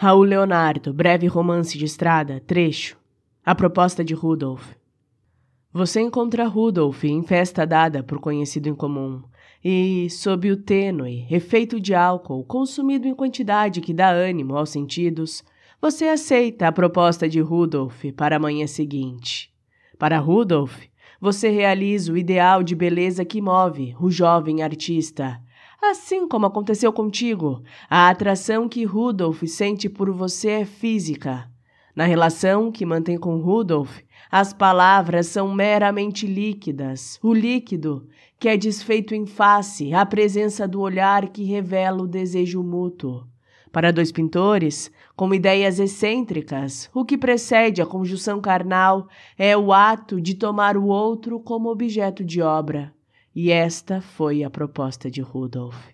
Raul Leonardo, Breve Romance de Estrada, trecho. A proposta de Rudolf. Você encontra Rudolf em festa dada por conhecido em comum e, sob o tênue efeito de álcool consumido em quantidade que dá ânimo aos sentidos, você aceita a proposta de Rudolf para a manhã seguinte. Para Rudolf, você realiza o ideal de beleza que move o jovem artista. Assim como aconteceu contigo, a atração que Rudolf sente por você é física. Na relação que mantém com Rudolf, as palavras são meramente líquidas. O líquido, que é desfeito em face à presença do olhar que revela o desejo mútuo. Para dois pintores, com ideias excêntricas, o que precede a conjunção carnal é o ato de tomar o outro como objeto de obra. E esta foi a proposta de Rudolf.